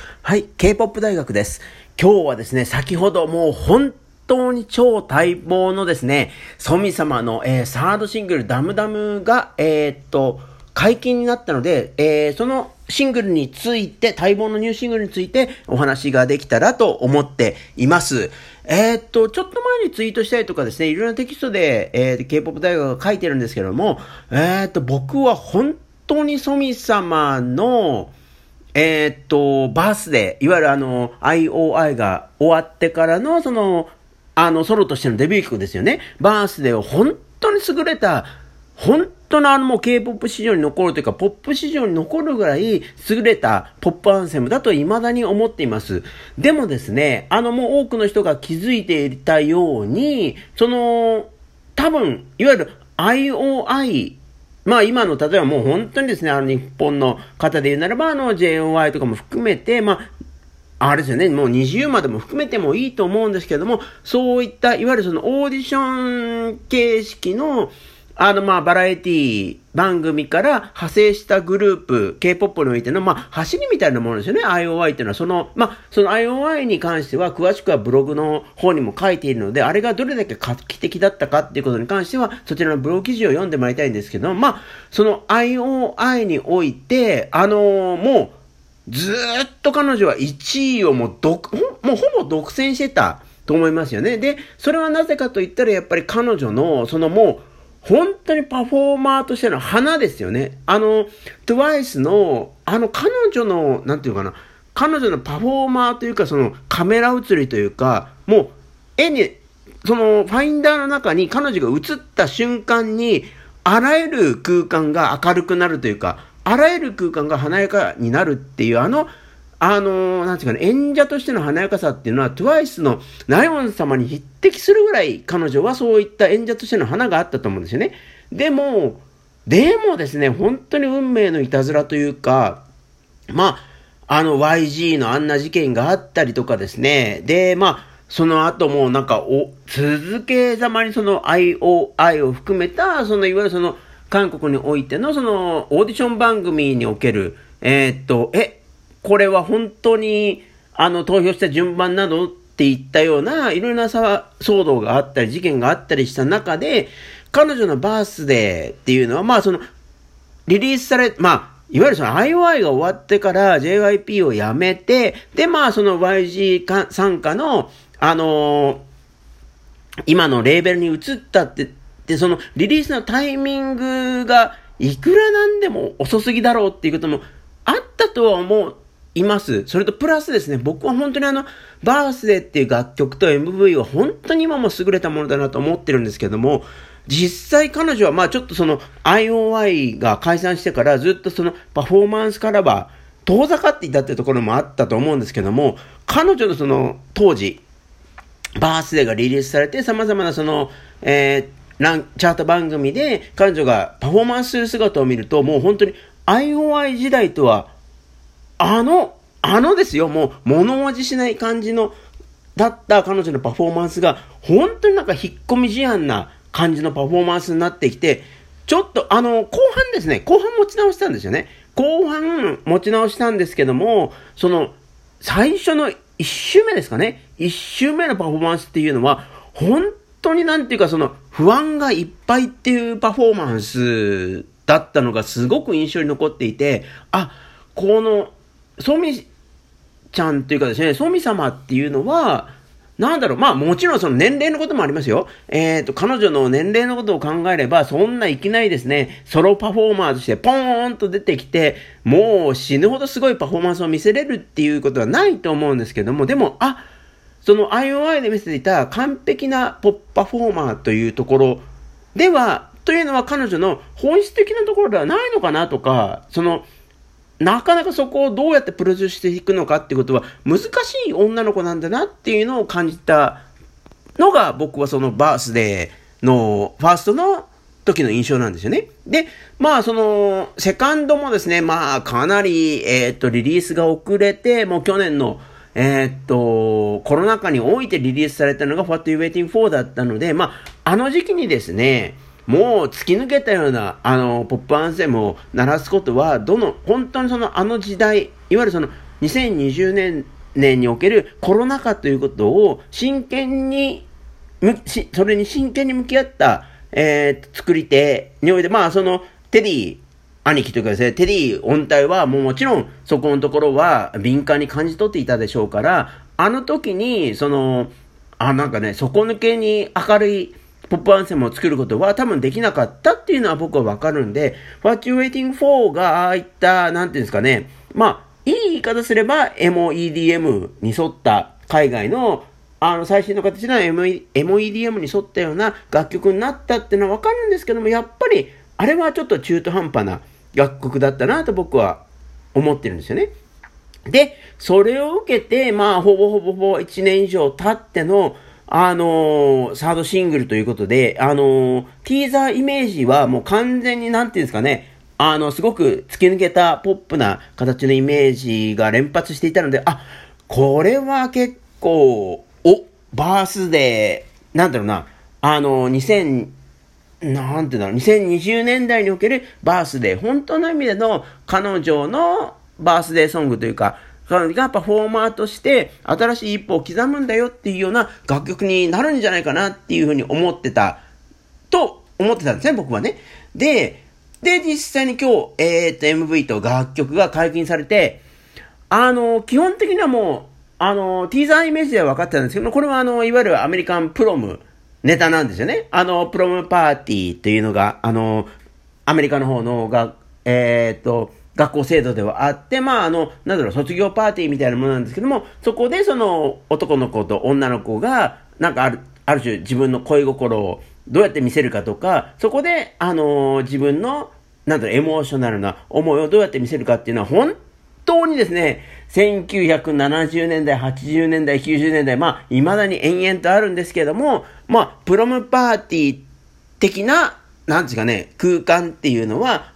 はい、K-POP 大学です。今日はですね、先ほどもう本当に超待望のですね、ソミ様の、サードシングルダムダムが、解禁になったので、そのシングルについて、待望のニューシングルについてお話ができたらと思っています。ちょっと前にツイートしたりとかですね、いろんなテキストで、K-POP 大学が書いてるんですけども、僕は本当にソミ様のバースデー、いわゆるIOI が終わってからの、ソロとしてのデビュー曲ですよね。バースデーを本当に優れた、本当のもう K-POP 市場に残るというか、ポップ市場に残るぐらい優れたポップアンセムだと未だに思っています。でもですね、もう多くの人が気づいていたように、多分、いわゆる IOI、まあ今の例えばもう本当にですね、日本の方で言うならばJOY とかも含めて、あれですよね、もう20までも含めてもいいと思うんですけども、そういったいわゆるオーディション形式のバラエティ番組から派生したグループ、K-POP においての、走りみたいなものですよね、IOI っていうのは、その IOI に関しては、詳しくはブログの方にも書いているので、あれがどれだけ画期的だったかっていうことに関しては、そちらのブログ記事を読んでもらいたいんですけど、その IOI において、もう、ずーっと彼女は1位をもうほぼ独占してたと思いますよね。で、それはなぜかと言ったら、やっぱり彼女の、もう、本当にパフォーマーとしての花ですよね。TWICE の、彼女の、なんていうかな、彼女のパフォーマーというか、カメラ映りというか、もう、絵に、ファインダーの中に彼女が映った瞬間に、あらゆる空間が明るくなるというか、あらゆる空間が華やかになるっていう、なんていうかね、演者としての華やかさっていうのは TWICE のナヨン様に匹敵するぐらい彼女はそういった演者としての花があったと思うんですよね。でもですね、本当に運命のいたずらというか、YG のあんな事件があったりとかですね。で、その後も続けざまにIOI を含めた、いわゆる韓国においてのオーディション番組における、これは本当に投票した順番などっていったようないろいろな騒動があったり事件があったりした中で、彼女のバースデーっていうのはリリースされ、いわゆるIOI が終わってから JYP をやめて、でYG 参加の今のレーベルに移ったってリリースのタイミングがいくらなんでも遅すぎだろうっていうこともあったとは思います。それとプラスですね、僕は本当にバースデーっていう楽曲と MV は本当に今も優れたものだなと思ってるんですけども、実際彼女はちょっとIOI が解散してからずっとパフォーマンスからは遠ざかっていたっていうところもあったと思うんですけども、彼女の当時バースデーがリリースされて様々なチャート番組で彼女がパフォーマンスする姿を見ると、もう本当に IOI 時代とはですよ、もう物おじしない感じだった彼女のパフォーマンスが本当に引っ込み思案な感じのパフォーマンスになってきて、ちょっと後半ですね、後半持ち直したんですよね。後半持ち直したんですけども、最初の1周目ですかね、1周目のパフォーマンスっていうのは本当になんていうか不安がいっぱいっていうパフォーマンスだったのがすごく印象に残っていて、このソミちゃんというかですね、ソミ様っていうのはもちろん年齢のこともありますよ。彼女の年齢のことを考えれば、そんないきなりですね、ソロパフォーマーとしてポーンと出てきて、もう死ぬほどすごいパフォーマンスを見せれるっていうことはないと思うんですけども、でも、IOI で見せていた完璧なポップパフォーマーというところでは、というのは彼女の本質的なところではないのかなとか、なかなかそこをどうやってプロデュースしていくのかっていうことは難しい女の子なんだなっていうのを感じたのが、僕はバースデーのファーストの時の印象なんですよね。で、セカンドもですね、かなり、リリースが遅れて、もう去年のコロナ禍においてリリースされたのが What You Waiting For だったので、あの時期にですね、もう突き抜けたようなポップアンセムを鳴らすことは本当に時代、いわゆる 2020年におけるコロナ禍ということをそれに真剣に向き合った、作り手において、そのテディ兄貴というかですね、テディ音体はもちろんそこのところは敏感に感じ取っていたでしょうから、あの時に底抜けに明るいポップアンセムを作ることは多分できなかったっていうのは僕はわかるんで、What You Waiting For がああいった、なんていうんですかね、いい言い方すれば、MOEDM に沿った海外の、最新の形の MOEDM に沿ったような楽曲になったっていうのはわかるんですけども、やっぱり、あれはちょっと中途半端な楽曲だったなと僕は思ってるんですよね。で、それを受けて、ほぼ1年以上経っての、サードシングルということで、ティーザーイメージはもう完全になんていうんですかね、すごく突き抜けたポップな形のイメージが連発していたので、これは結構、バースデー、2020年代におけるバースデー、本当の意味での彼女のバースデーソングというか、彼女がパフォーマーとして新しい一歩を刻むんだよっていうような楽曲になるんじゃないかなっていうふうに思ってたんですね、僕はね。で、実際に今日、MV と楽曲が解禁されて、基本的にはもう、ティーザーイメージでは分かってたんですけど、これはいわゆるアメリカンプロムネタなんですよね。プロムパーティーというのが、アメリカの方の学校制度ではあって、卒業パーティーみたいなものなんですけども、そこでその男の子と女の子が、ある種自分の恋心をどうやって見せるかとか、そこで、自分の、エモーショナルな思いをどうやって見せるかっていうのは、本当にですね、1970年代、80年代、90年代、未だに延々とあるんですけども、プロムパーティー的な、空間っていうのは、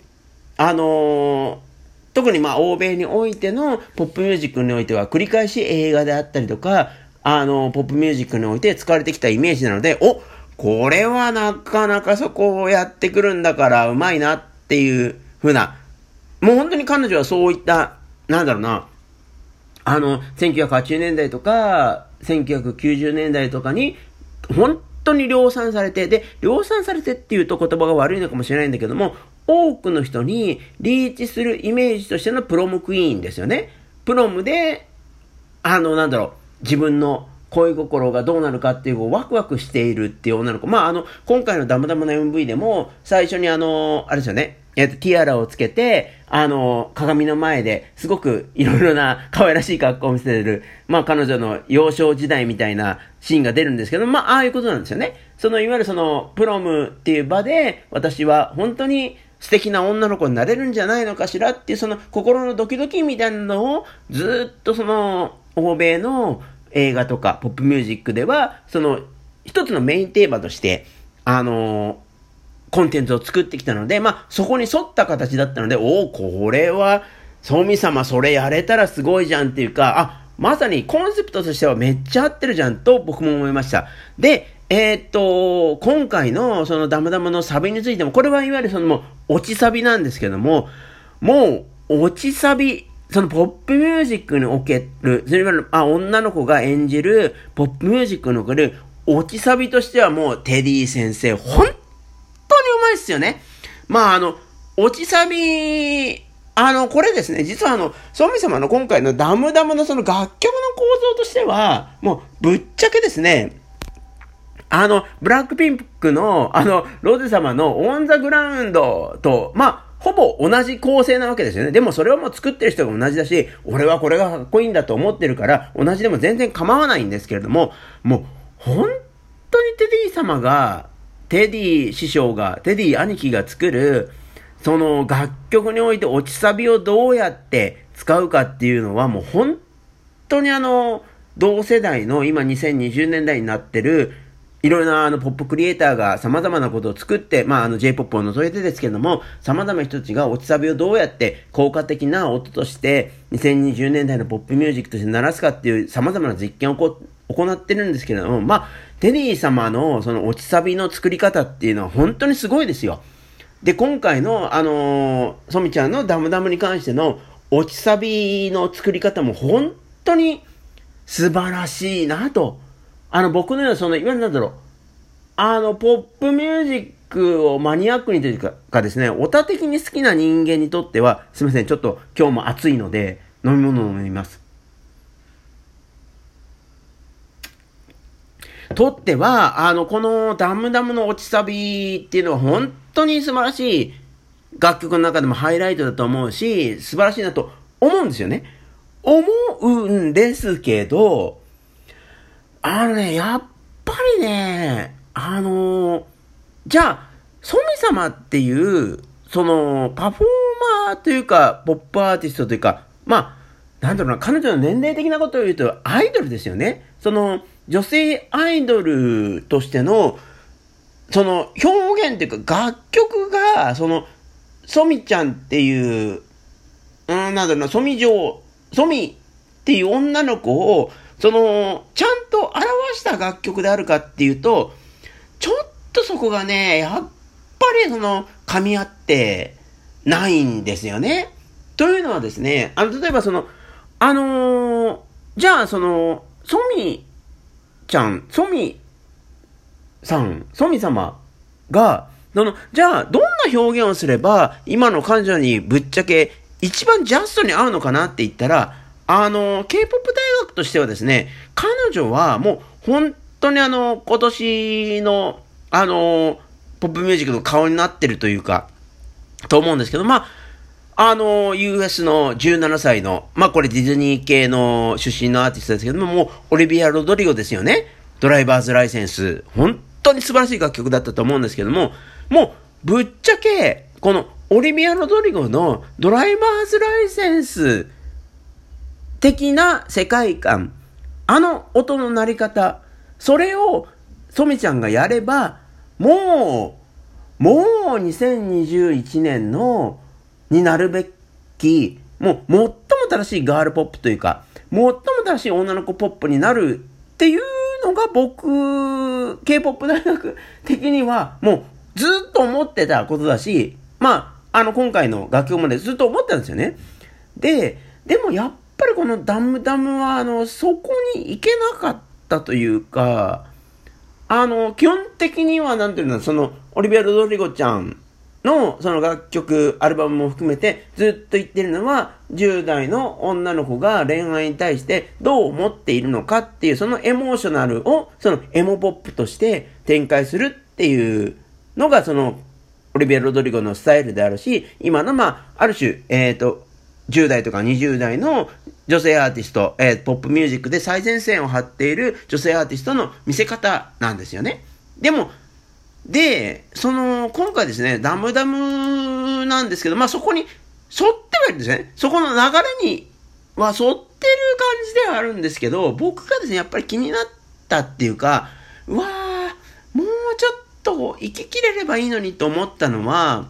特に欧米においてのポップミュージックにおいては繰り返し映画であったりとか、ポップミュージックにおいて使われてきたイメージなので、これはなかなかそこをやってくるんだからうまいなっていう風な、もう本当に彼女はそういった、1980年代とか、1990年代とかに、本当に量産されてっていうと言葉が悪いのかもしれないんだけども、多くの人にリーチするイメージとしてのプロムクイーンですよね。プロムで、自分の恋心がどうなるかっていうワクワクしているっていう女の子。今回のダムダムの MV でも、最初にあれですよね。ティアラをつけて、鏡の前ですごくいろいろな可愛らしい格好を見せてる、彼女の幼少時代みたいなシーンが出るんですけど、ああいうことなんですよね。いわゆるプロムっていう場で、私は本当に素敵な女の子になれるんじゃないのかしらっていう、心のドキドキみたいなのを、ずっと欧米の映画とかポップミュージックでは、一つのメインテーマとして、コンテンツを作ってきたので、そこに沿った形だったので、これは、ソミ様それやれたらすごいじゃんっていうか、まさにコンセプトとしてはめっちゃ合ってるじゃんと僕も思いました。で、今回のそのダムダムのサビについても、これはいわゆるもう落ちサビなんですけども、もう落ちサビ、ポップミュージックにおける、女の子が演じるポップミュージックにおける落ちサビとしてはもうテディ先生、本当にうまいっすよね。落ちサビ、これですね、実はソミ様の今回のダムダムの楽曲の構造としては、もうぶっちゃけですね、ブラックピンクの、ロゼ様のオンザグラウンドと、ほぼ同じ構成なわけですよね。でもそれはもう作ってる人が同じだし、俺はこれがかっこいいんだと思ってるから、同じでも全然構わないんですけれども、もう、本当にテディ師匠が、テディ兄貴が作る、その楽曲において落ちサビをどうやって使うかっていうのは、もう本当に同世代の今2020年代になってる、いろいろなポップクリエイターが様々なことを作って、J-POP を除いてですけれども、様々な人たちが落ちサビをどうやって効果的な音として2020年代のポップミュージックとして鳴らすかっていう様々な実験を行ってるんですけれども、テディ様のその落ちサビの作り方っていうのは本当にすごいですよ。で、今回のソミちゃんのダムダムに関しての落ちサビの作り方も本当に素晴らしいなと。僕のような、いわゆるなんだろう、ポップミュージックをマニアックにというかですね、オタ的に好きな人間にとっては、すみません、ちょっと今日も暑いので、飲み物を飲みます。とっては、このダムダムの落ちサビっていうのは本当に素晴らしい楽曲の中でもハイライトだと思うし、素晴らしいなと思うんですよね。思うんですけど、やっぱりね、じゃあ、ソミ様っていう、パフォーマーというか、ポップアーティストというか、なんだろうな、彼女の年齢的なことを言うと、アイドルですよね。女性アイドルとしての、表現というか、楽曲が、ソミちゃんっていう、なんだろうな、ソミっていう女の子を、ちゃんと表した楽曲であるかっていうと、ちょっとそこがね、やっぱり噛み合ってないんですよね。というのはですね、例えばじゃあソミちゃん、ソミ様が、じゃあどんな表現をすれば、今の彼女にぶっちゃけ一番ジャストに合うのかなって言ったら、K-POP 大学としてはですね、彼女はもう本当に今年のポップミュージックの顔になってるというか、と思うんですけど、US の17歳の、これディズニー系の出身のアーティストですけども、もうオリビア・ロドリゴですよね。ドライバーズライセンス。本当に素晴らしい楽曲だったと思うんですけども、もうぶっちゃけ、このオリビア・ロドリゴのドライバーズライセンス的な世界観、音の鳴り方、それをソミちゃんがやれば、もう2021年になるべき、もう最も正しいガールポップというか、最も正しい女の子ポップになるっていうのが僕、K-POP 大学的にはもうずっと思ってたことだし、今回の楽曲までずっと思ってたんですよね。でもやっぱりこのダムダムはそこに行けなかったというか、基本的にはなんていうの、オリビア・ロドリゴちゃんの楽曲、アルバムも含めてずっと言ってるのは、10代の女の子が恋愛に対してどう思っているのかっていう、そのエモーショナルをエモポップとして展開するっていうのがオリビア・ロドリゴのスタイルであるし、今のある種、10代とか20代の女性アーティスト、ポップミュージックで最前線を張っている女性アーティストの見せ方なんですよね。今回ですね、ダムダムなんですけど、そこに沿ってはいるんですね。そこの流れには沿ってる感じではあるんですけど、僕がですね、やっぱり気になったっていうか、もうちょっと生ききれればいいのにと思ったのは、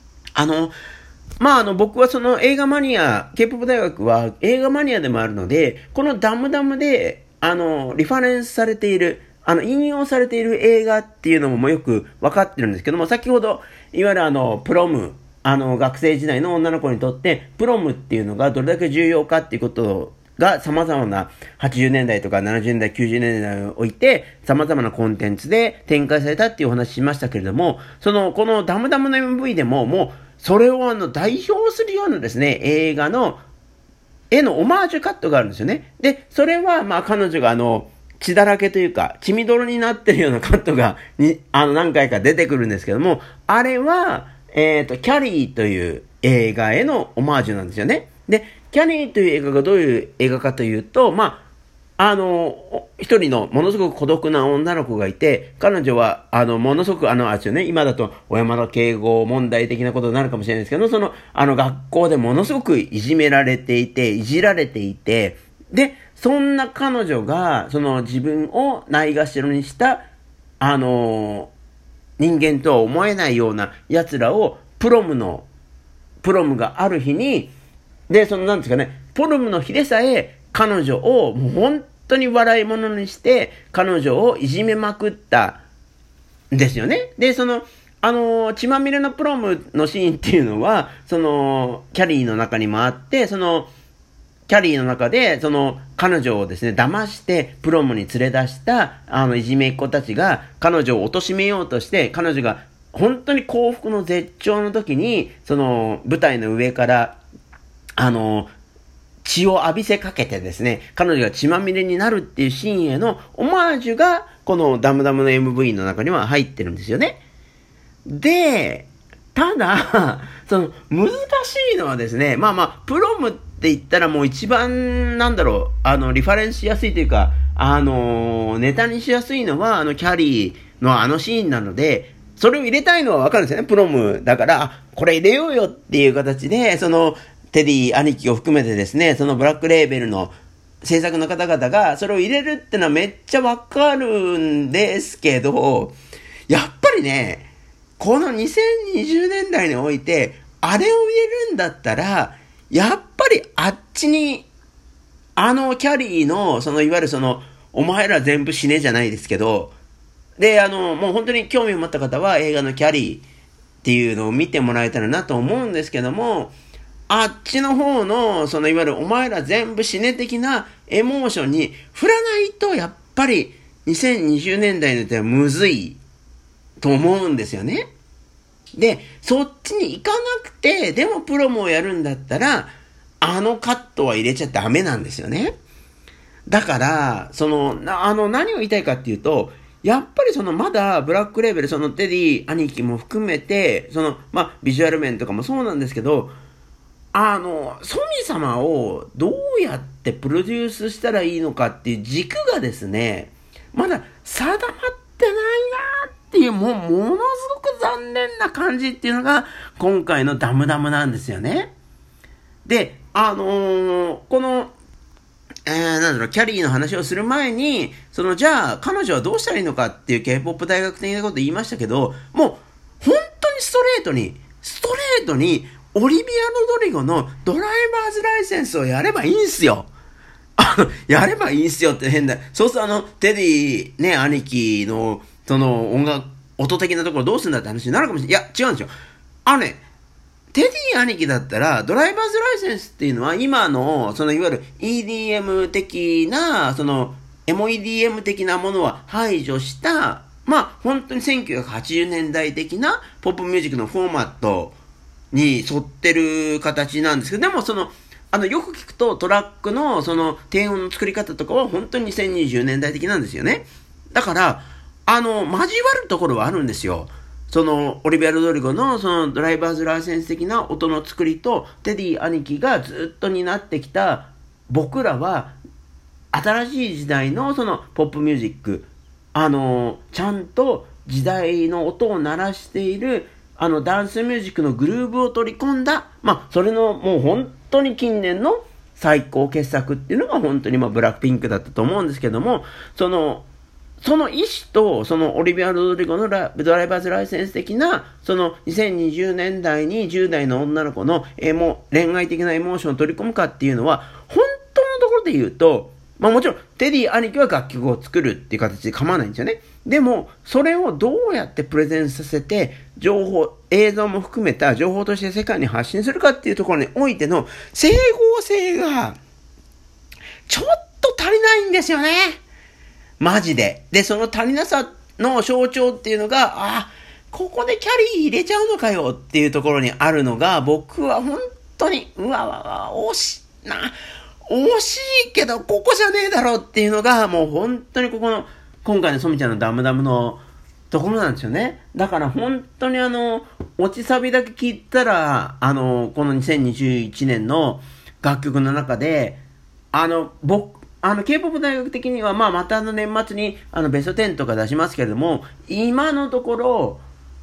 僕は映画マニア、K-POP 大学は映画マニアでもあるので、このダムダムで、リファレンスされている、引用されている映画っていうのもよく分かってるんですけども、先ほど、いわゆるプロム、学生時代の女の子にとって、プロムっていうのがどれだけ重要かっていうことが様々な80年代とか70年代、90年代において、様々なコンテンツで展開されたっていうお話しましたけれども、このダムダムの MV でも、もう、それを代表するようなですね、映画の絵のオマージュカットがあるんですよね。で、それは彼女が血だらけというか、血みどろになってるようなカットが何回か出てくるんですけども、あれは、キャリーという映画へのオマージュなんですよね。で、キャリーという映画がどういう映画かというと、一人のものすごく孤独な女の子がいて、彼女は、ものすごくですよね、今だと、小山田敬吾問題的なことになるかもしれないですけど、学校でものすごくいじめられていて、いじられていて、で、そんな彼女が、自分をないがしろにした、人間とは思えないような奴らを、プロムがある日に、で、なんですかね、プロムの日でさえ、彼女をもう本当に笑い物にして、彼女をいじめまくったんですよね。で、 血まみれのプロムのシーンっていうのは、キャリーの中にもあって、キャリーの中で、彼女をですね、騙して、プロムに連れ出した、いじめっ子たちが、彼女を貶めようとして、彼女が、本当に幸福の絶頂の時に、舞台の上から、血を浴びせかけてですね、彼女が血まみれになるっていうシーンへのオマージュが、このダムダムの MV の中には入ってるんですよね。で、ただ、難しいのはですね、プロムって言ったらもう一番、リファレンスしやすいというか、ネタにしやすいのは、キャリーのシーンなので、それを入れたいのはわかるんですよね、プロム。だから、これ入れようよっていう形で、テディ兄貴を含めてですね、ブラックレーベルの制作の方々が、それを入れるってのはめっちゃわかるんですけど、やっぱりね、この2020年代において、あれを入れるんだったら、やっぱりあっちに、キャリーの、いわゆるお前ら全部死ねじゃないですけど、で、もう本当に興味を持った方は映画のキャリーっていうのを見てもらえたらなと思うんですけども、あっちの方の、いわゆるお前ら全部死ね的なエモーションに振らないと、やっぱり2020年代の手はむずいと思うんですよね。で、そっちに行かなくて、でもプロもやるんだったら、カットは入れちゃダメなんですよね。だから、何を言いたいかっていうと、やっぱりまだブラックレーベル、テディ兄貴も含めて、ビジュアル面とかもそうなんですけど、ソミ様をどうやってプロデュースしたらいいのかっていう軸がですね、まだ定まってないなっていう、ものすごく残念な感じっていうのが、今回のダムダムなんですよね。で、この、キャリーの話をする前に、じゃあ、彼女はどうしたらいいのかっていう K-POP 大学的なこと言いましたけど、もう、本当にストレートに、オリビア・ロドリゴのドライバーズライセンスをやればいいんすよ。やればいいんすよって変だ。そうするとテディね、兄貴の、音的なところどうするんだって話になるかもしれない。いや、違うんですよ。テディ兄貴だったら、ドライバーズライセンスっていうのは、今の、いわゆる EDM 的な、エモ EDM 的なものは排除した、本当に1980年代的なポップミュージックのフォーマットに沿ってる形なんですけど、でもよく聞くとトラックの低音の作り方とかは本当に2020年代的なんですよね。だから、交わるところはあるんですよ。オリビア・ロドリゴのドライバーズライセンス的な音の作りと、テディ兄貴がずっと担ってきた、僕らは、新しい時代のポップミュージック、ちゃんと時代の音を鳴らしている、ダンスミュージックのグルーブを取り込んだ、それのもう本当に近年の最高傑作っていうのが本当にブラックピンクだったと思うんですけども、その意思と、オリビア・ロドリゴのドライバーズライセンス的な、2020年代に10代の女の子の恋愛的なエモーションを取り込むかっていうのは、本当のところで言うと、もちろん、テディ兄貴は楽曲を作るっていう形で構わないんですよね。でも、それをどうやってプレゼンさせて、映像も含めた情報として世界に発信するかっていうところにおいての整合性が、ちょっと足りないんですよね。マジで。で、その足りなさの象徴っていうのが、ここでキャリー入れちゃうのかよっていうところにあるのが、僕は本当に、惜しいけど、ここじゃねえだろっていうのが、もう本当に今回のソミちゃんのダムダムのところなんですよね。だから本当に落ちサビだけ聞いたら、この2021年の楽曲の中で、K-POP 大学的には、また年末に、ベスト10とか出しますけれども、今のところ、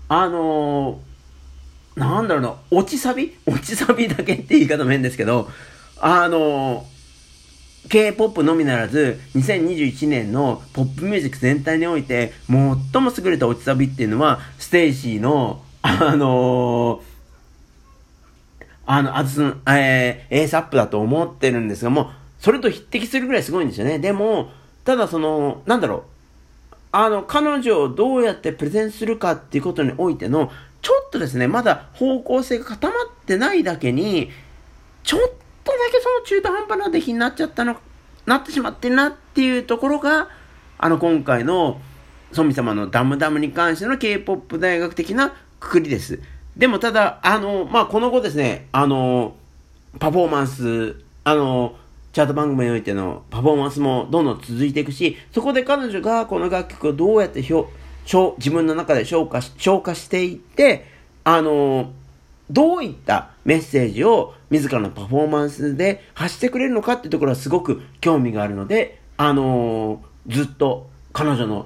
落ちサビだけって言い方も変ですけど、K-POP のみならず、2021年のポップミュージック全体において、最も優れた落ちサビっていうのは、ステイシーの、ASAP だと思ってるんですが、もう、それと匹敵するぐらいすごいんですよね。でも、ただ彼女をどうやってプレゼンするかっていうことにおいての、ちょっとですね、まだ方向性が固まってないだけに、ちょっとだけその中途半端な出来になってしまってるなっていうところが、今回のソミ様のダムダムに関しての K-POP 大学的なくくりです。でもただ、この後ですね、パフォーマンス、チャート番組においてのパフォーマンスもどんどん続いていくし、そこで彼女がこの楽曲をどうやって自分の中で消化していって、どういったメッセージを自らのパフォーマンスで発してくれるのかっていうところはすごく興味があるので、ずっと彼女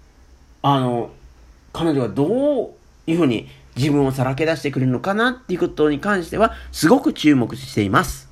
がどういうふうに自分をさらけ出してくれるのかなっていうことに関してはすごく注目しています。